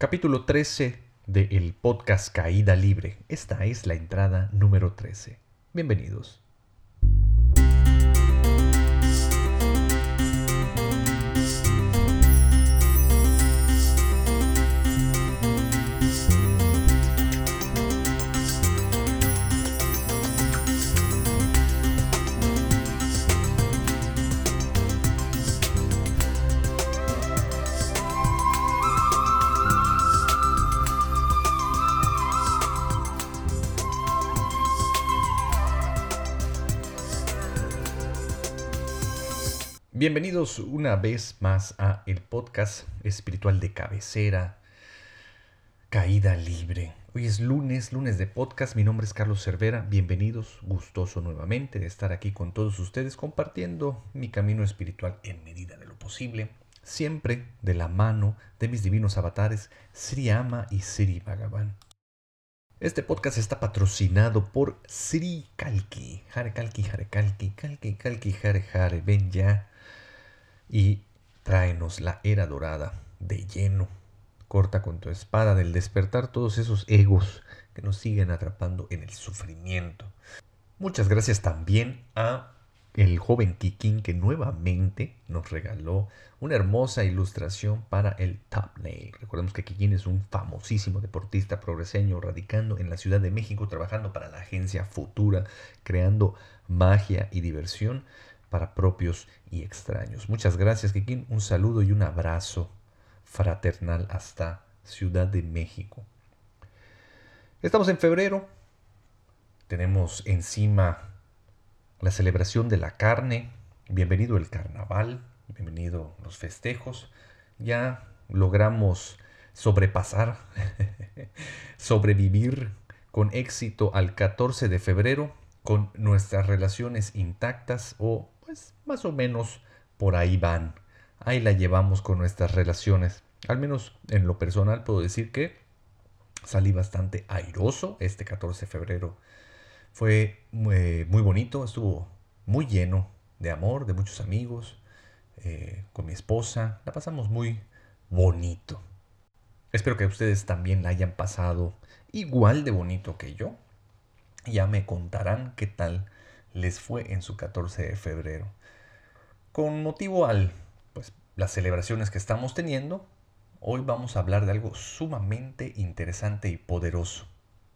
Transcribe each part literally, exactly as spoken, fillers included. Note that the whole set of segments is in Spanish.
Capítulo trece del podcast Caída Libre. Esta es la entrada número trece. Bienvenidos. Bienvenidos una vez más a el podcast espiritual de cabecera, Caída Libre. Hoy es lunes, lunes de podcast. Mi nombre es Carlos Cervera. Bienvenidos, gustoso nuevamente de estar aquí con todos ustedes compartiendo mi camino espiritual en medida de lo posible, siempre de la mano de mis divinos avatares Sri Ama y Sri Bhagavan. Este podcast está patrocinado por Sri Kalki. Hare Kalki, Hare Kalki, Kalki, Kalki, Hare Hare. Ven ya y tráenos la era dorada de lleno. Corta con tu espada del despertar todos esos egos que nos siguen atrapando en el sufrimiento. Muchas gracias también a el joven Kikín, que nuevamente nos regaló una hermosa ilustración para el thumbnail. Recordemos que Kikín es un famosísimo deportista progreseño radicando en la Ciudad de México, trabajando para la agencia Futura, creando magia y diversión para propios y extraños. Muchas gracias, Kikín. Un saludo y un abrazo fraternal hasta Ciudad de México. Estamos en febrero. Tenemos encima la celebración de la carne. Bienvenido el carnaval. Bienvenido los festejos. Ya logramos sobrepasar, sobrevivir con éxito al catorce de febrero con nuestras relaciones intactas, o pues más o menos por ahí van. Ahí la llevamos con nuestras relaciones. Al menos en lo personal puedo decir que salí bastante airoso este catorce de febrero. Fue muy, muy bonito, estuvo muy lleno de amor, de muchos amigos, eh, con mi esposa. La pasamos muy bonito. Espero que ustedes también la hayan pasado igual de bonito que yo. Ya me contarán qué tal les fue en su catorce de febrero. Con motivo a pues, las celebraciones que estamos teniendo, hoy vamos a hablar de algo sumamente interesante y poderoso.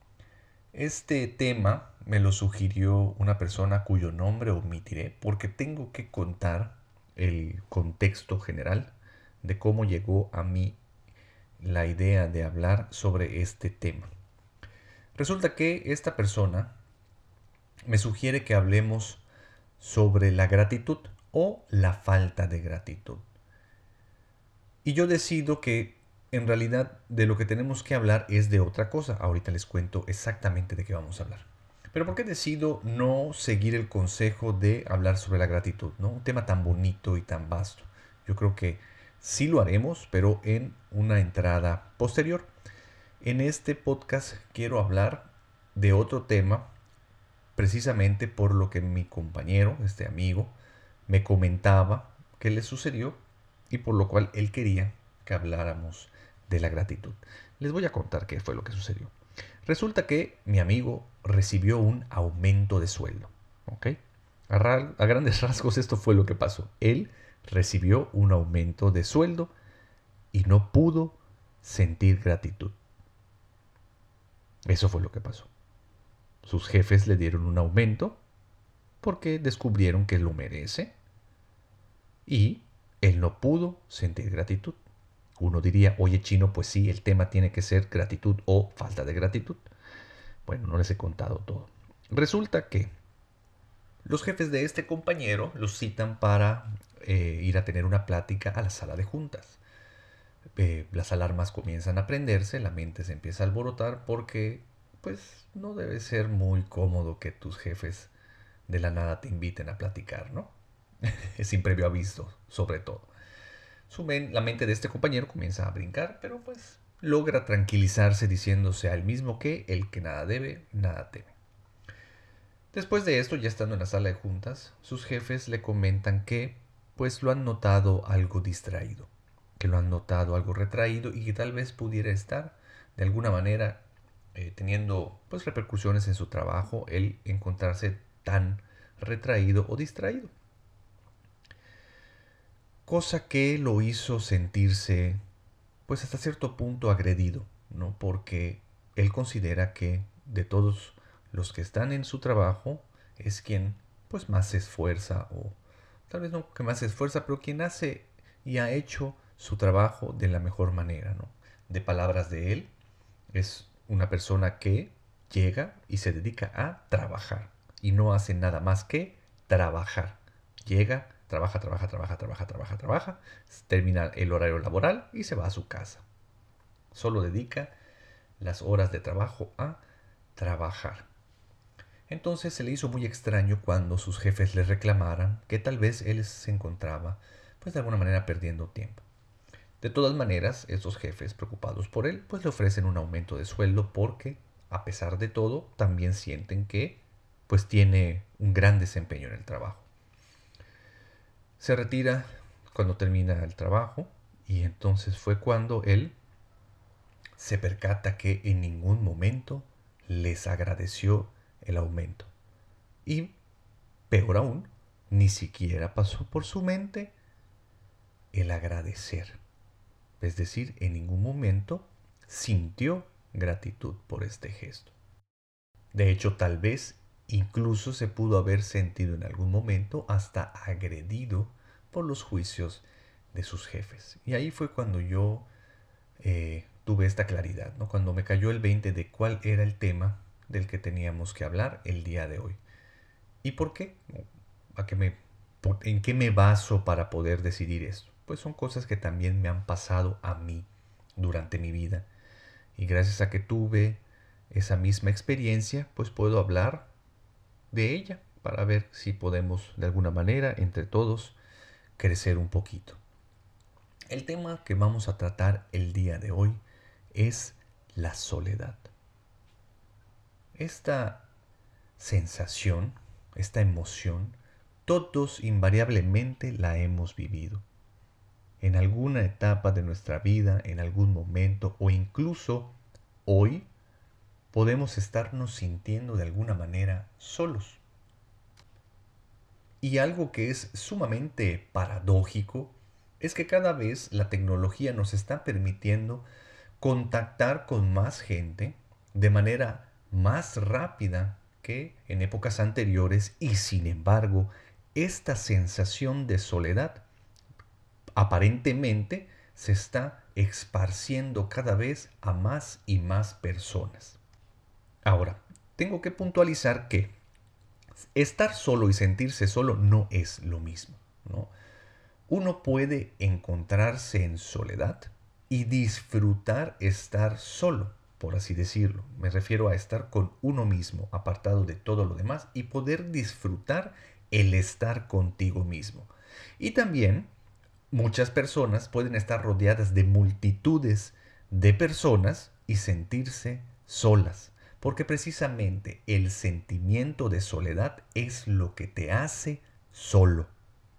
Este tema me lo sugirió una persona cuyo nombre omitiré porque tengo que contar el contexto general de cómo llegó a mí la idea de hablar sobre este tema. Resulta que esta persona me sugiere que hablemos sobre la gratitud o la falta de gratitud. Y yo decido que en realidad de lo que tenemos que hablar es de otra cosa. Ahorita les cuento exactamente de qué vamos a hablar. Pero ¿por qué decido no seguir el consejo de hablar sobre la gratitud, ¿no? Un tema tan bonito y tan vasto. Yo creo que sí lo haremos, pero en una entrada posterior. En este podcast quiero hablar de otro tema, precisamente por lo que mi compañero, este amigo, me comentaba que le sucedió y por lo cual él quería que habláramos de la gratitud. Les voy a contar qué fue lo que sucedió. Resulta que mi amigo recibió un aumento de sueldo. ¿Ok? A, ra- a grandes rasgos esto fue lo que pasó. Él recibió un aumento de sueldo y no pudo sentir gratitud. Eso fue lo que pasó. Sus jefes le dieron un aumento porque descubrieron que lo merece y él no pudo sentir gratitud. Uno diría, oye chino, pues sí, el tema tiene que ser gratitud o falta de gratitud. Bueno, no les he contado todo. Resulta que los jefes de este compañero los citan para eh, ir a tener una plática a la sala de juntas. Eh, las alarmas comienzan a prenderse, la mente se empieza a alborotar porque pues no debe ser muy cómodo que tus jefes de la nada te inviten a platicar, ¿no? Sin previo aviso, sobre todo. Su men- la mente de este compañero comienza a brincar, pero pues logra tranquilizarse diciéndose al mismo que el que nada debe, nada teme. Después de esto, ya estando en la sala de juntas, sus jefes le comentan que pues lo han notado algo distraído. que lo han notado algo retraído y que tal vez pudiera estar de alguna manera eh, teniendo pues repercusiones en su trabajo el encontrarse tan retraído o distraído. Cosa que lo hizo sentirse pues hasta cierto punto agredido, ¿no? Porque él considera que de todos los que están en su trabajo es quien pues más se esfuerza o tal vez no que más se esfuerza, pero quien hace y ha hecho su trabajo de la mejor manera, ¿no? De palabras de él, es una persona que llega y se dedica a trabajar y no hace nada más que trabajar. Llega, trabaja, trabaja, trabaja, trabaja, trabaja, trabaja, termina el horario laboral y se va a su casa. Solo dedica las horas de trabajo a trabajar. Entonces se le hizo muy extraño cuando sus jefes le reclamaran que tal vez él se encontraba, pues de alguna manera perdiendo tiempo. De todas maneras, estos jefes, preocupados por él, pues le ofrecen un aumento de sueldo porque, a pesar de todo, también sienten que pues tiene un gran desempeño en el trabajo. Se retira cuando termina el trabajo y entonces fue cuando él se percata que en ningún momento les agradeció el aumento. Y, peor aún, ni siquiera pasó por su mente el agradecer. Es decir, en ningún momento sintió gratitud por este gesto. De hecho, tal vez incluso se pudo haber sentido en algún momento hasta agredido por los juicios de sus jefes. Y ahí fue cuando yo eh, tuve esta claridad, ¿no? Cuando me cayó el veinte de cuál era el tema del que teníamos que hablar el día de hoy. ¿Y por qué? ¿A qué me, por, ¿En qué me baso para poder decidir esto? Pues son cosas que también me han pasado a mí durante mi vida. Y gracias a que tuve esa misma experiencia, pues puedo hablar de ella para ver si podemos de alguna manera entre todos crecer un poquito. El tema que vamos a tratar el día de hoy es la soledad. Esta sensación, esta emoción, todos invariablemente la hemos vivido. En alguna etapa de nuestra vida, en algún momento o incluso hoy, podemos estarnos sintiendo de alguna manera solos. Y algo que es sumamente paradójico es que cada vez la tecnología nos está permitiendo contactar con más gente de manera más rápida que en épocas anteriores y sin embargo esta sensación de soledad aparentemente se está esparciendo cada vez a más y más personas. Ahora, tengo que puntualizar que estar solo y sentirse solo no es lo mismo, ¿no? Uno puede encontrarse en soledad y disfrutar estar solo, por así decirlo. Me refiero a estar con uno mismo, apartado de todo lo demás, y poder disfrutar el estar contigo mismo. Y también muchas personas pueden estar rodeadas de multitudes de personas y sentirse solas, porque precisamente el sentimiento de soledad es lo que te hace solo.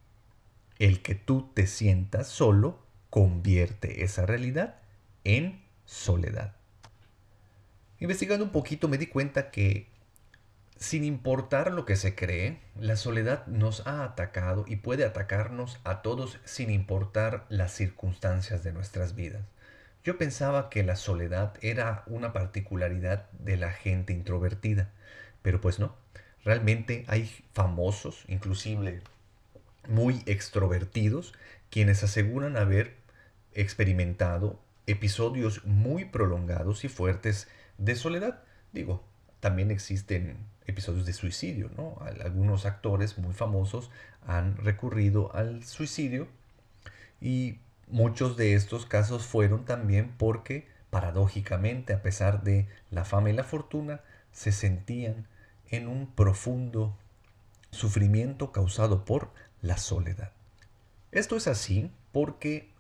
El que tú te sientas solo convierte esa realidad en soledad. Investigando un poquito me di cuenta que, sin importar lo que se cree, la soledad nos ha atacado y puede atacarnos a todos sin importar las circunstancias de nuestras vidas. Yo pensaba que la soledad era una particularidad de la gente introvertida, pero pues no. Realmente hay famosos, inclusive muy extrovertidos, quienes aseguran haber experimentado episodios muy prolongados y fuertes de soledad. Digo, también existen episodios de suicidio, ¿no? Algunos actores muy famosos han recurrido al suicidio y muchos de estos casos fueron también porque, paradójicamente, a pesar de la fama y la fortuna, se sentían en un profundo sufrimiento causado por la soledad. Esto es así porque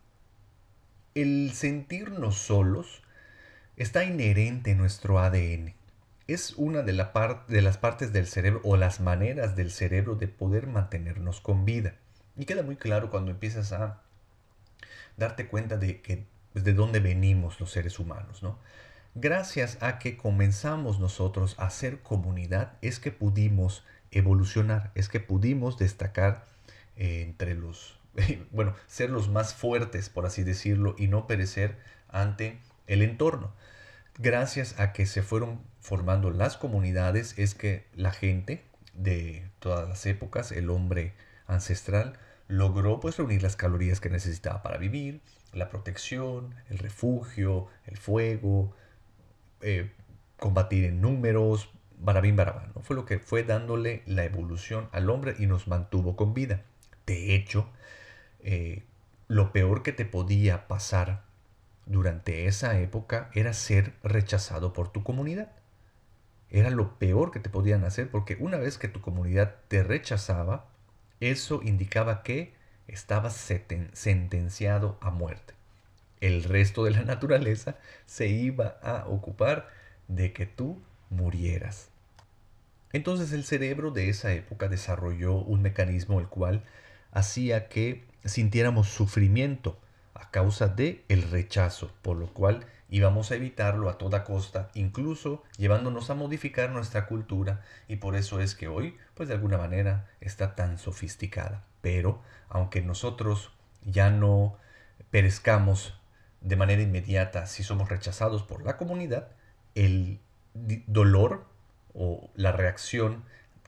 el sentirnos solos está inherente en nuestro A D N. Es una de, la par de las partes del cerebro o las maneras del cerebro de poder mantenernos con vida. Y queda muy claro cuando empiezas a darte cuenta de que pues, de dónde venimos los seres humanos, ¿no? Gracias a que comenzamos nosotros a ser comunidad, es que pudimos evolucionar, es que pudimos destacar eh, entre los, bueno, ser los más fuertes, por así decirlo, y no perecer ante el entorno. Gracias a que se fueron formando las comunidades, es que la gente de todas las épocas, el hombre ancestral, logró pues reunir las calorías que necesitaba para vivir, la protección, el refugio, el fuego, eh, combatir en números, barabín barabán, ¿no? Fue lo que fue dándole la evolución al hombre y nos mantuvo con vida. De hecho, eh, lo peor que te podía pasar durante esa época era ser rechazado por tu comunidad. Era lo peor que te podían hacer porque una vez que tu comunidad te rechazaba, eso indicaba que estabas sentenciado a muerte. El resto de la naturaleza se iba a ocupar de que tú murieras. Entonces el cerebro de esa época desarrolló un mecanismo el cual hacía que sintiéramos sufrimiento a causa de el rechazo, por lo cual íbamos a evitarlo a toda costa, incluso llevándonos a modificar nuestra cultura, y por eso es que hoy, pues de alguna manera, está tan sofisticada. Pero, aunque nosotros ya no perezcamos de manera inmediata si somos rechazados por la comunidad, el dolor o la reacción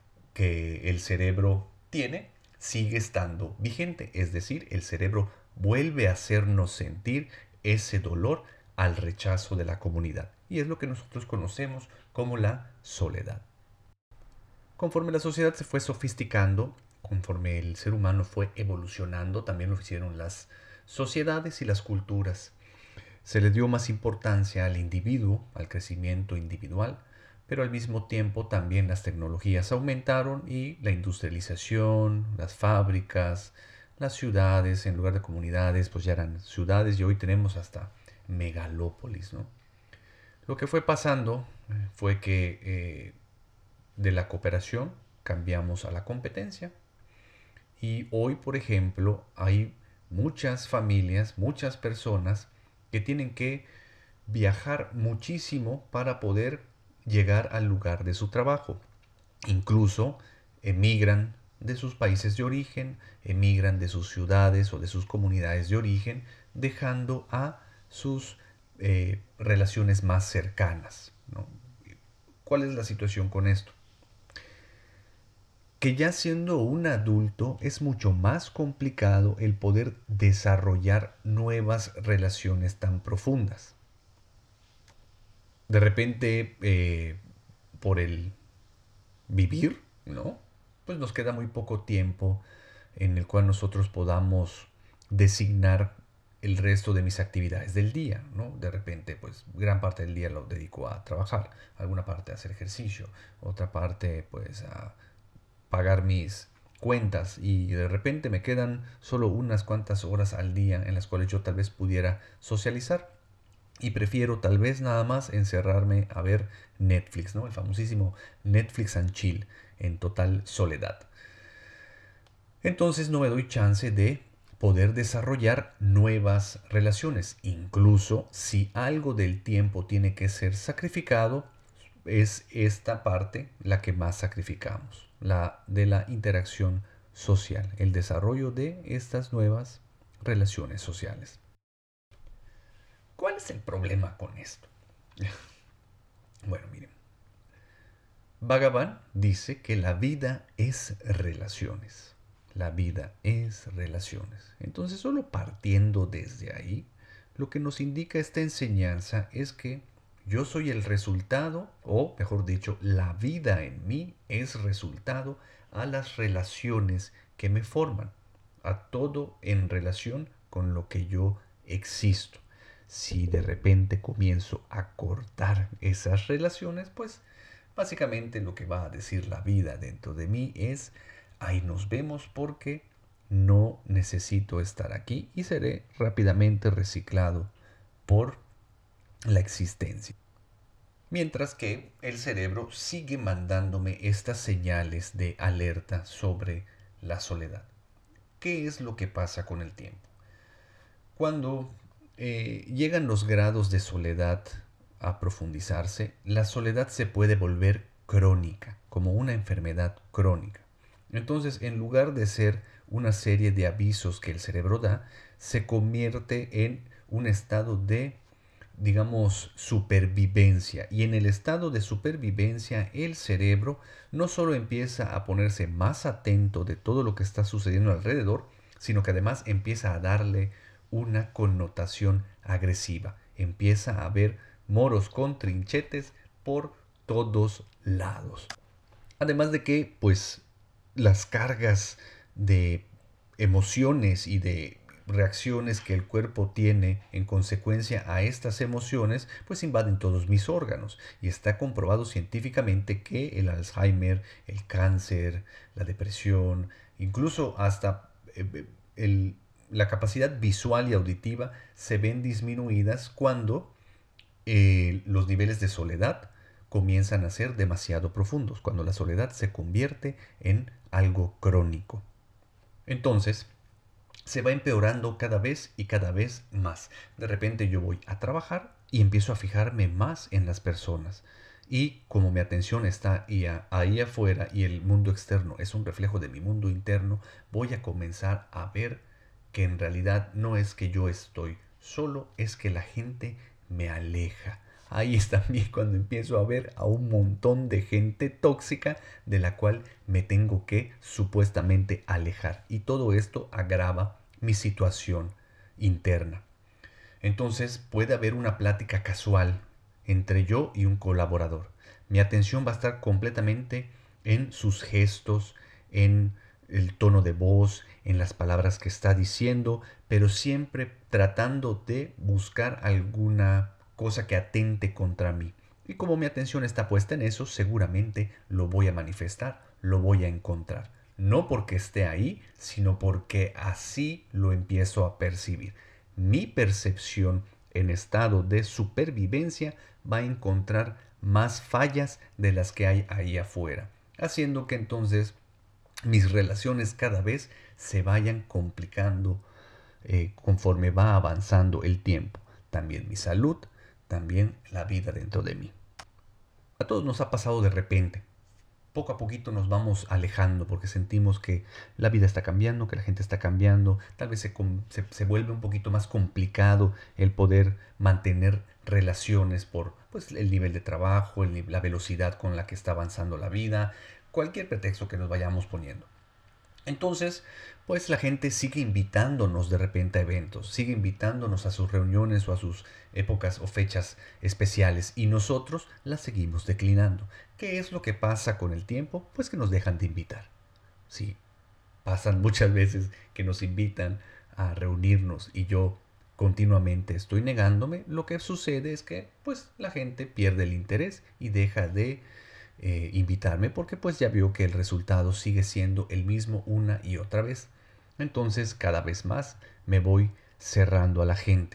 que el cerebro tiene sigue estando vigente. Es decir, el cerebro vuelve a hacernos sentir ese dolor al rechazo de la comunidad. Y es lo que nosotros conocemos como la soledad. Conforme la sociedad se fue sofisticando, conforme el ser humano fue evolucionando, también lo hicieron las sociedades y las culturas. Se le dio más importancia al individuo, al crecimiento individual, pero al mismo tiempo también las tecnologías aumentaron y la industrialización, las fábricas, las ciudades, en lugar de comunidades, pues ya eran ciudades y hoy tenemos hasta megalópolis, ¿no? Lo que fue pasando eh, fue que eh, de la cooperación cambiamos a la competencia y hoy, por ejemplo, hay muchas familias, muchas personas que tienen que viajar muchísimo para poder llegar al lugar de su trabajo. Incluso emigran de sus países de origen, emigran de sus ciudades o de sus comunidades de origen, dejando a sus eh, relaciones más cercanas, ¿no? ¿Cuál es la situación con esto? Que ya siendo un adulto es mucho más complicado el poder desarrollar nuevas relaciones tan profundas. De repente, eh, por el vivir, ¿no? Pues nos queda muy poco tiempo en el cual nosotros podamos designar el resto de mis actividades del día, ¿no? De repente, pues gran parte del día lo dedico a trabajar, alguna parte a hacer ejercicio, otra parte pues a pagar mis cuentas y de repente me quedan solo unas cuantas horas al día en las cuales yo tal vez pudiera socializar y prefiero tal vez nada más encerrarme a ver Netflix, ¿no? El famosísimo Netflix and chill en total soledad. Entonces no me doy chance de poder desarrollar nuevas relaciones. Incluso si algo del tiempo tiene que ser sacrificado, es esta parte la que más sacrificamos, la de la interacción social, el desarrollo de estas nuevas relaciones sociales. ¿Cuál es el problema con esto? Bueno, miren. Bhagavan dice que la vida es relaciones. La vida es relaciones. Entonces, solo partiendo desde ahí, lo que nos indica esta enseñanza es que yo soy el resultado, o mejor dicho, la vida en mí es resultado a las relaciones que me forman, a todo en relación con lo que yo existo. Si de repente comienzo a cortar esas relaciones, pues básicamente lo que va a decir la vida dentro de mí es, ahí nos vemos porque no necesito estar aquí y seré rápidamente reciclado por la existencia. Mientras que el cerebro sigue mandándome estas señales de alerta sobre la soledad. ¿Qué es lo que pasa con el tiempo? Cuando eh, llegan los grados de soledad a profundizarse, la soledad se puede volver crónica, como una enfermedad crónica. Entonces, en lugar de ser una serie de avisos que el cerebro da, se convierte en un estado de, digamos, supervivencia. Y en el estado de supervivencia, el cerebro no solo empieza a ponerse más atento de todo lo que está sucediendo alrededor, sino que además empieza a darle una connotación agresiva. Empieza a haber moros con trinchetes por todos lados. Además de que, pues, las cargas de emociones y de reacciones que el cuerpo tiene en consecuencia a estas emociones, pues invaden todos mis órganos. Y está comprobado científicamente que el Alzheimer, el cáncer, la depresión, incluso hasta eh, el, la capacidad visual y auditiva se ven disminuidas cuando eh, los niveles de soledad comienzan a ser demasiado profundos, cuando la soledad se convierte en algo crónico. Entonces, se va empeorando cada vez y cada vez más. De repente yo voy a trabajar y empiezo a fijarme más en las personas. Y como mi atención está ahí afuera y el mundo externo es un reflejo de mi mundo interno, voy a comenzar a ver que en realidad no es que yo estoy solo, es que la gente me aleja. Ahí es también cuando empiezo a ver a un montón de gente tóxica de la cual me tengo que supuestamente alejar. Y todo esto agrava mi situación interna. Entonces puede haber una plática casual entre yo y un colaborador. Mi atención va a estar completamente en sus gestos, en el tono de voz, en las palabras que está diciendo, pero siempre tratando de buscar alguna cosa que atente contra mí. Y como mi atención está puesta en eso, seguramente lo voy a manifestar, lo voy a encontrar. No porque esté ahí, sino porque así lo empiezo a percibir. Mi percepción en estado de supervivencia va a encontrar más fallas de las que hay ahí afuera, haciendo que entonces mis relaciones cada vez se vayan complicando eh, conforme va avanzando el tiempo. También mi salud, también la vida dentro de mí. A todos nos ha pasado de repente. Poco a poquito nos vamos alejando porque sentimos que la vida está cambiando, que la gente está cambiando. Tal vez se, se, se vuelve un poquito más complicado el poder mantener relaciones por pues, el nivel de trabajo, el, la velocidad con la que está avanzando la vida, cualquier pretexto que nos vayamos poniendo. Entonces, pues la gente sigue invitándonos de repente a eventos, sigue invitándonos a sus reuniones o a sus épocas o fechas especiales y nosotros las seguimos declinando. ¿Qué es lo que pasa con el tiempo? Pues que nos dejan de invitar. Sí, pasan muchas veces que nos invitan a reunirnos y yo continuamente estoy negándome. Lo que sucede es que pues la gente pierde el interés y deja de Eh, invitarme porque pues ya vio que el resultado sigue siendo el mismo una y otra vez. Entonces cada vez más me voy cerrando a la gente.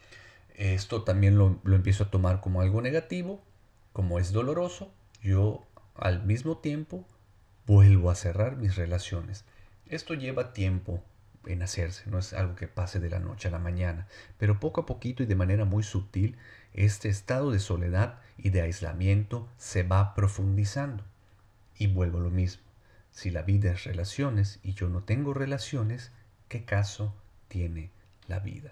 Esto también lo, lo empiezo a tomar como algo negativo, como es doloroso. Yo al mismo tiempo vuelvo a cerrar mis relaciones. Esto lleva tiempo en hacerse, no es algo que pase de la noche a la mañana, pero poco a poquito y de manera muy sutil, este estado de soledad y de aislamiento se va profundizando. Y vuelvo a lo mismo, si la vida es relaciones y yo no tengo relaciones, ¿qué caso tiene la vida?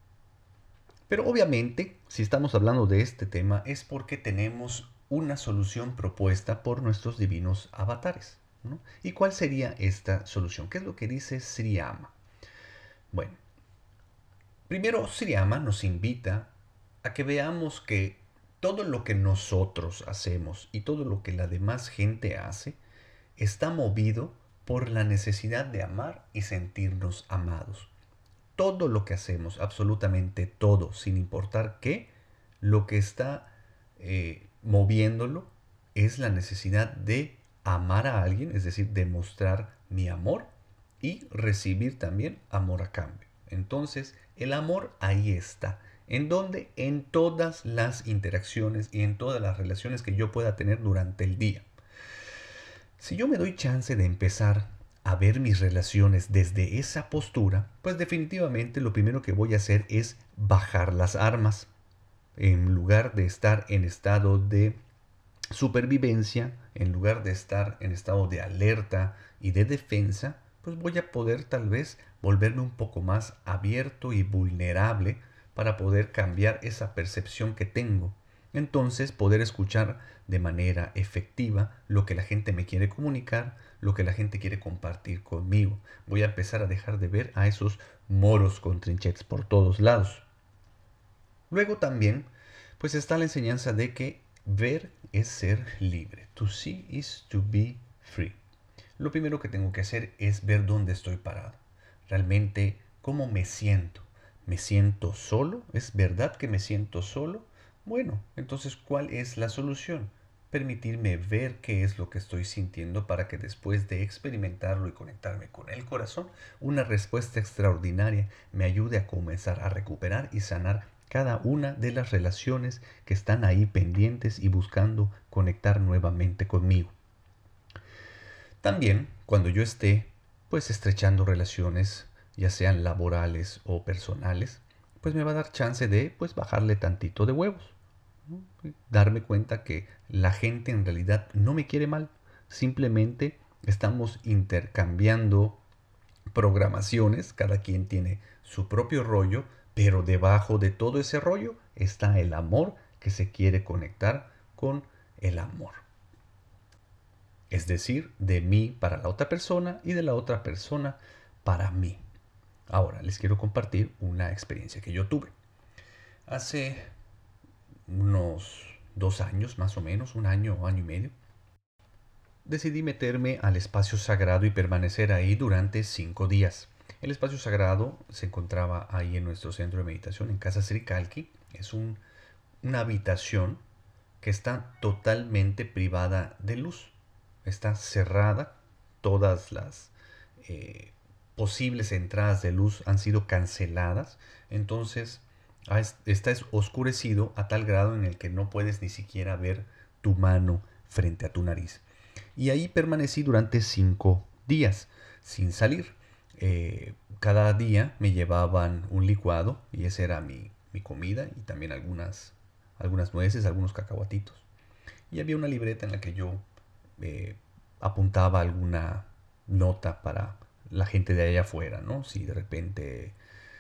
Pero obviamente, si estamos hablando de este tema, es porque tenemos una solución propuesta por nuestros divinos avatares, ¿no? ¿Y cuál sería esta solución? ¿Qué es lo que dice Sri Ama? Bueno, primero Sri Ama nos invita a que veamos que todo lo que nosotros hacemos y todo lo que la demás gente hace está movido por la necesidad de amar y sentirnos amados. Todo lo que hacemos, absolutamente todo, sin importar qué, lo que está eh, moviéndolo es la necesidad de amar a alguien, es decir, demostrar mi amor y recibir también amor a cambio. Entonces, el amor ahí está. ¿En dónde? En todas las interacciones y en todas las relaciones que yo pueda tener durante el día. Si yo me doy chance de empezar a ver mis relaciones desde esa postura, pues definitivamente lo primero que voy a hacer es bajar las armas. En lugar de estar en estado de supervivencia, en lugar de estar en estado de alerta y de defensa, pues voy a poder tal vez volverme un poco más abierto y vulnerable para poder cambiar esa percepción que tengo. Entonces poder escuchar de manera efectiva lo que la gente me quiere comunicar, lo que la gente quiere compartir conmigo. Voy a empezar a dejar de ver a esos moros con trinchetes por todos lados. Luego también, pues está la enseñanza de que ver es ser libre. To see is to be free. Lo primero que tengo que hacer es ver dónde estoy parado. Realmente, ¿cómo me siento? ¿Me siento solo? ¿Es verdad que me siento solo? Bueno, entonces, ¿cuál es la solución? Permitirme ver qué es lo que estoy sintiendo para que después de experimentarlo y conectarme con el corazón, una respuesta extraordinaria me ayude a comenzar a recuperar y sanar cada una de las relaciones que están ahí pendientes y buscando conectar nuevamente conmigo. También, cuando yo esté, pues estrechando relaciones, ya sean laborales o personales, pues me va a dar chance de, pues, bajarle tantito de huevos, ¿no? Darme cuenta que la gente en realidad no me quiere mal, simplemente estamos intercambiando programaciones, cada quien tiene su propio rollo, pero debajo de todo ese rollo está el amor que se quiere conectar con el amor. Es decir, de mí para la otra persona y de la otra persona para mí. Ahora les quiero compartir una experiencia que yo tuve. Hace unos dos años más o menos, un año o año y medio, decidí meterme al espacio sagrado y permanecer ahí durante cinco días. El espacio sagrado se encontraba ahí en nuestro centro de meditación, en Casa Sri Kalki. Es un, una habitación que está totalmente privada de luz. Está cerrada. Todas las eh, posibles entradas de luz han sido canceladas. Entonces está oscurecido a tal grado en el que no puedes ni siquiera ver tu mano frente a tu nariz. Y ahí permanecí durante cinco días sin salir. Eh, cada día me llevaban un licuado y esa era mi, mi comida y también algunas, algunas nueces, algunos cacahuatitos. Y había una libreta en la que yo eh, apuntaba alguna nota para la gente de allá afuera, ¿no? Si de repente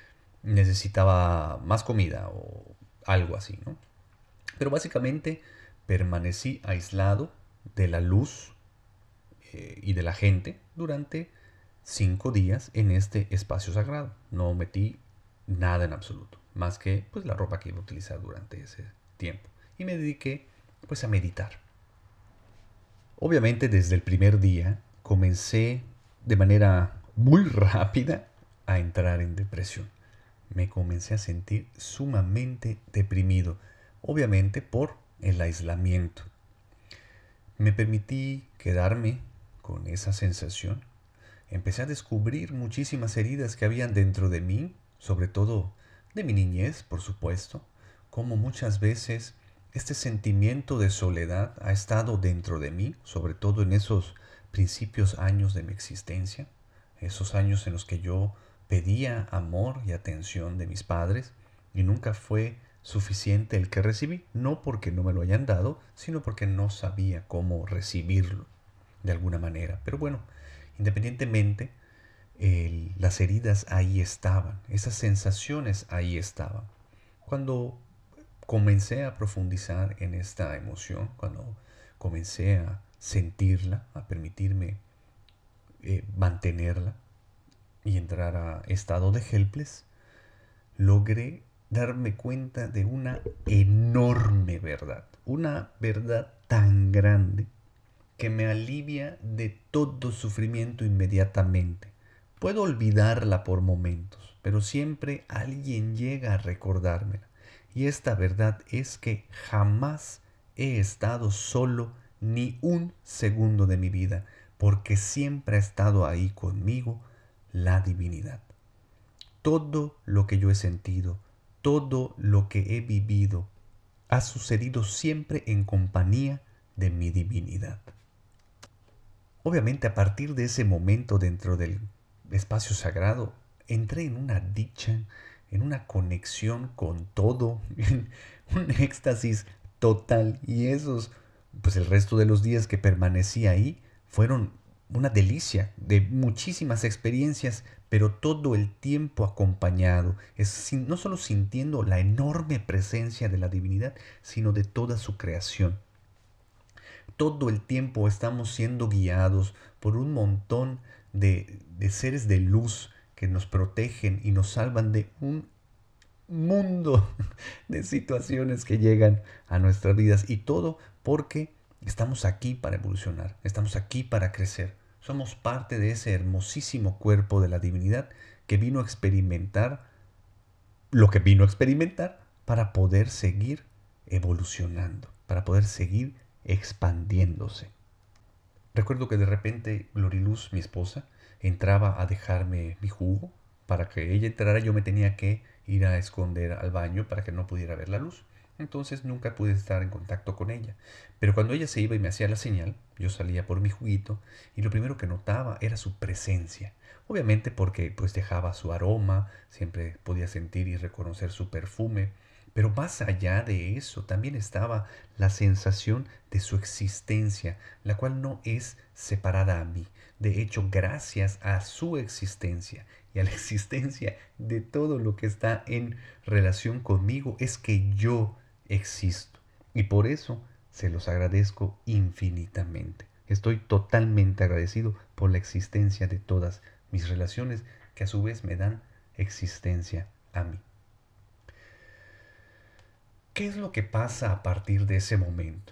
necesitaba más comida o algo así, ¿no? Pero básicamente permanecí aislado de la luz eh, y de la gente durante cinco días en este espacio sagrado. No metí nada en absoluto, más que pues la ropa que iba a utilizar durante ese tiempo. Y me dediqué pues a meditar. Obviamente desde el primer día comencé de manera muy rápida a entrar en depresión. Me comencé a sentir sumamente deprimido, obviamente por el aislamiento. Me permití quedarme con esa sensación. Empecé a descubrir muchísimas heridas que habían dentro de mí, sobre todo de mi niñez, por supuesto, como muchas veces este sentimiento de soledad ha estado dentro de mí, sobre todo en esos principios años de mi existencia, esos años en los que yo pedía amor y atención de mis padres y nunca fue suficiente el que recibí, no porque no me lo hayan dado, sino porque no sabía cómo recibirlo de alguna manera. Pero bueno, independientemente, el, las heridas ahí estaban, esas sensaciones ahí estaban. Cuando comencé a profundizar en esta emoción, cuando comencé a sentirla, a permitirme eh, mantenerla y entrar a estado de helpless, logré darme cuenta de una enorme verdad, una verdad tan grande que me alivia de todo sufrimiento inmediatamente. Puedo olvidarla por momentos, pero siempre alguien llega a recordármela. Y esta verdad es que jamás he estado solo ni un segundo de mi vida, porque siempre ha estado ahí conmigo la divinidad. Todo lo que yo he sentido, todo lo que he vivido, ha sucedido siempre en compañía de mi divinidad. Obviamente a partir de ese momento dentro del espacio sagrado, entré en una dicha, en una conexión con todo, en un éxtasis total. Y esos, pues el resto de los días que permanecí ahí, fueron una delicia de muchísimas experiencias, pero todo el tiempo acompañado, es sin- no solo sintiendo la enorme presencia de la divinidad, sino de toda su creación. Todo el tiempo estamos siendo guiados por un montón de, de seres de luz que nos protegen y nos salvan de un mundo de situaciones que llegan a nuestras vidas. Y todo porque estamos aquí para evolucionar, estamos aquí para crecer. Somos parte de ese hermosísimo cuerpo de la divinidad que vino a experimentar lo que vino a experimentar para poder seguir evolucionando, para poder seguir expandiéndose. Recuerdo que de repente Gloriluz, mi esposa, entraba a dejarme mi jugo. Para que ella entrara yo me tenía que ir a esconder al baño para que no pudiera ver la luz. Entonces nunca pude estar en contacto con ella. Pero cuando ella se iba y me hacía la señal, yo salía por mi juguito y lo primero que notaba era su presencia. Obviamente porque pues dejaba su aroma, siempre podía sentir y reconocer su perfume. Pero más allá de eso, también estaba la sensación de su existencia, la cual no es separada a mí. De hecho, gracias a su existencia y a la existencia de todo lo que está en relación conmigo, es que yo existo. Y por eso se los agradezco infinitamente. Estoy totalmente agradecido por la existencia de todas mis relaciones que a su vez me dan existencia a mí. ¿Qué es lo que pasa a partir de ese momento?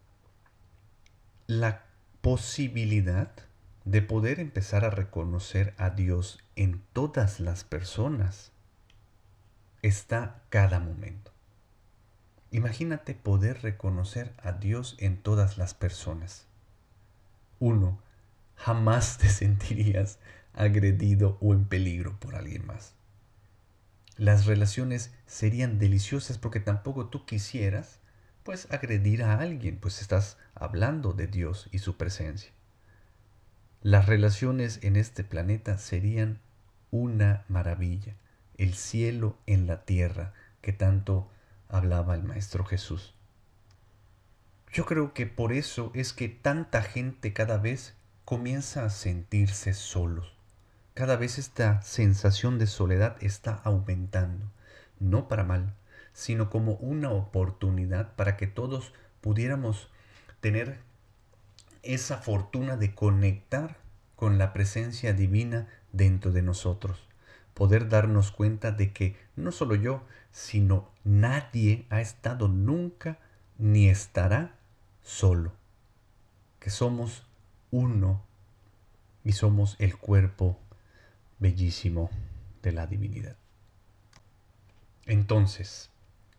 La posibilidad de poder empezar a reconocer a Dios en todas las personas está cada momento. Imagínate poder reconocer a Dios en todas las personas. Uno, jamás te sentirías agredido o en peligro por alguien más. Las relaciones serían deliciosas porque tampoco tú quisieras pues agredir a alguien, pues estás hablando de Dios y su presencia. Las relaciones en este planeta serían una maravilla, el cielo en la tierra que tanto hablaba el Maestro Jesús. Yo creo que por eso es que tanta gente cada vez comienza a sentirse solos. Cada vez esta sensación de soledad está aumentando, no para mal, sino como una oportunidad para que todos pudiéramos tener esa fortuna de conectar con la presencia divina dentro de nosotros. Poder darnos cuenta de que no solo yo, sino nadie ha estado nunca ni estará solo. Que somos uno y somos el cuerpo bellísimo de la divinidad. Entonces,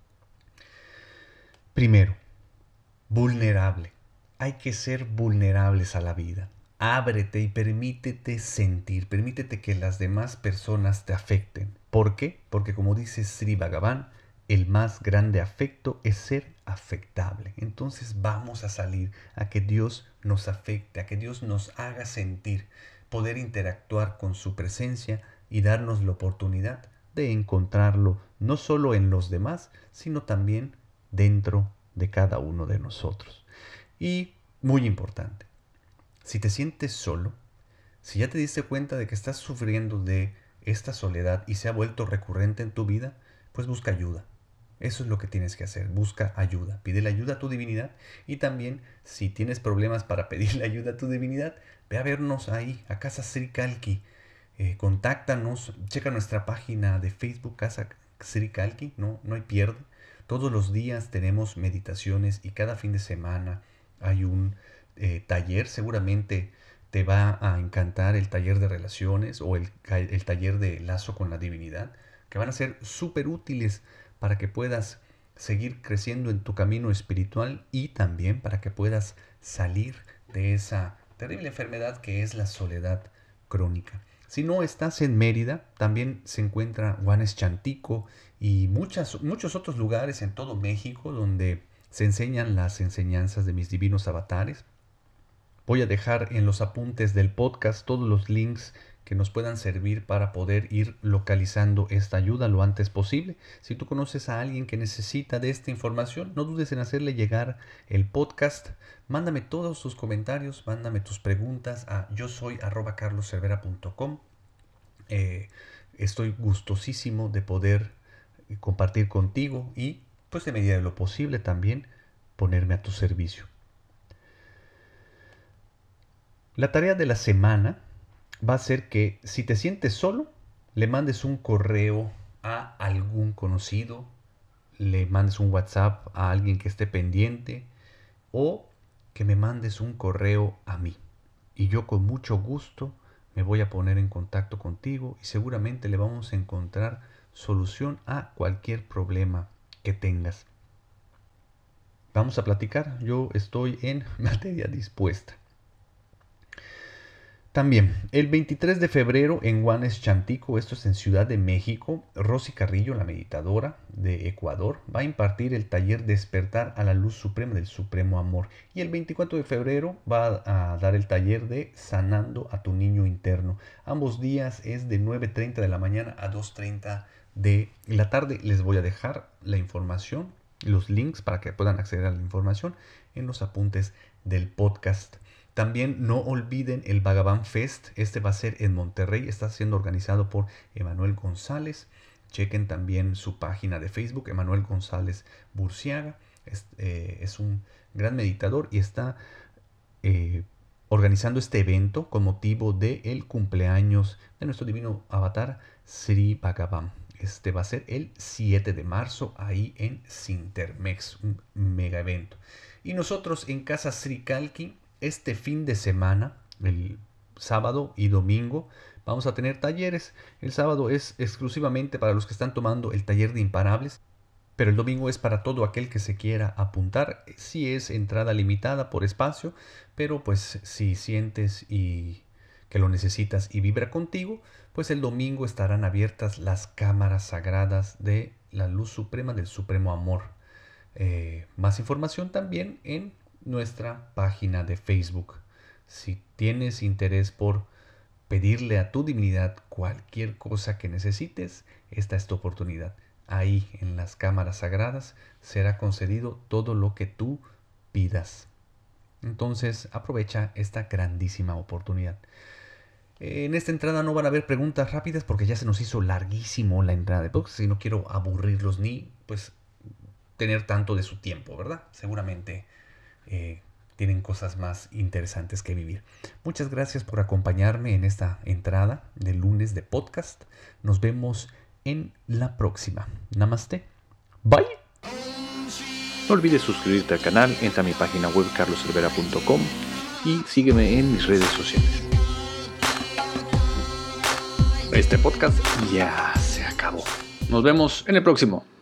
primero, vulnerable. Hay que ser vulnerables a la vida. Ábrete y permítete sentir, permítete que las demás personas te afecten. ¿Por qué? Porque como dice Sri Bhagavan, el más grande afecto es ser afectable. Entonces vamos a salir a que Dios nos afecte, a que Dios nos haga sentir, poder interactuar con su presencia y darnos la oportunidad de encontrarlo no solo en los demás, sino también dentro de cada uno de nosotros. Y muy importante, si te sientes solo, si ya te diste cuenta de que estás sufriendo de esta soledad y se ha vuelto recurrente en tu vida, pues busca ayuda. Eso es lo que tienes que hacer, busca ayuda, pídele ayuda a tu divinidad y también si tienes problemas para pedirle ayuda a tu divinidad, ve a vernos ahí, a Casa Sri Kalki, eh, contáctanos, checa nuestra página de Facebook Casa Sri Kalki, no, no hay pierde. Todos los días tenemos meditaciones y cada fin de semana hay un eh, taller, seguramente te va a encantar el taller de relaciones o el, el taller de lazo con la divinidad, que van a ser súper útiles para que puedas seguir creciendo en tu camino espiritual y también para que puedas salir de esa terrible enfermedad que es la soledad crónica. Si no estás en Mérida, también se encuentra Juanes Chantico y muchas, muchos otros lugares en todo México donde se enseñan las enseñanzas de mis divinos avatares. Voy a dejar en los apuntes del podcast todos los links que nos puedan servir para poder ir localizando esta ayuda lo antes posible. Si tú conoces a alguien que necesita de esta información, no dudes en hacerle llegar el podcast. Mándame todos tus comentarios, mándame tus preguntas a yo soy arroba carlos cervera punto com. Eh, estoy gustosísimo de poder compartir contigo y, pues, de medida de lo posible también ponerme a tu servicio. La tarea de la semana va a ser que si te sientes solo, le mandes un correo a algún conocido, le mandes un WhatsApp a alguien que esté pendiente o que me mandes un correo a mí. Y yo con mucho gusto me voy a poner en contacto contigo y seguramente le vamos a encontrar solución a cualquier problema que tengas. Vamos a platicar, yo estoy en materia dispuesta. También, el veintitrés de febrero en Huanes Chantico, esto es en Ciudad de México, Rosy Carrillo, la meditadora de Ecuador, va a impartir el taller Despertar a la Luz Suprema del Supremo Amor. Y el veinticuatro de febrero va a dar el taller de Sanando a tu Niño Interno. Ambos días es de nueve treinta de la mañana a dos treinta de la tarde. Les voy a dejar la información, los links para que puedan acceder a la información en los apuntes del podcast. También no olviden el Bhagavan Fest. Este va a ser en Monterrey. Está siendo organizado por Emanuel González. Chequen también su página de Facebook, Emanuel González Burciaga. Es, eh, es un gran meditador y está eh, organizando este evento con motivo del cumpleaños de nuestro divino avatar Sri Bhagavan. Este va a ser el siete de marzo ahí en Sintermex, un mega evento. Y nosotros en Casa Sri Kalki, este fin de semana, el sábado y domingo, vamos a tener talleres. El sábado es exclusivamente para los que están tomando el taller de imparables, pero el domingo es para todo aquel que se quiera apuntar. Sí es entrada limitada por espacio, pero pues si sientes y que lo necesitas y vibra contigo, pues el domingo estarán abiertas las cámaras sagradas de la luz suprema del supremo amor. Eh, más información también en nuestra página de Facebook. Si tienes interés por pedirle a tu divinidad cualquier cosa que necesites, esta es tu oportunidad. Ahí en las cámaras sagradas será concedido todo lo que tú pidas. Entonces aprovecha esta grandísima oportunidad. En esta entrada no van a haber preguntas rápidas porque ya se nos hizo larguísimo la entrada de podcast y no quiero aburrirlos ni pues tener tanto de su tiempo, ¿verdad? Seguramente Eh, tienen cosas más interesantes que vivir. Muchas gracias por acompañarme en esta entrada de lunes de podcast. Nos vemos en la próxima. Namaste. Bye. No olvides suscribirte al canal, entra a mi página web carlos cervera punto com y sígueme en mis redes sociales. Este podcast ya se acabó. Nos vemos en el próximo.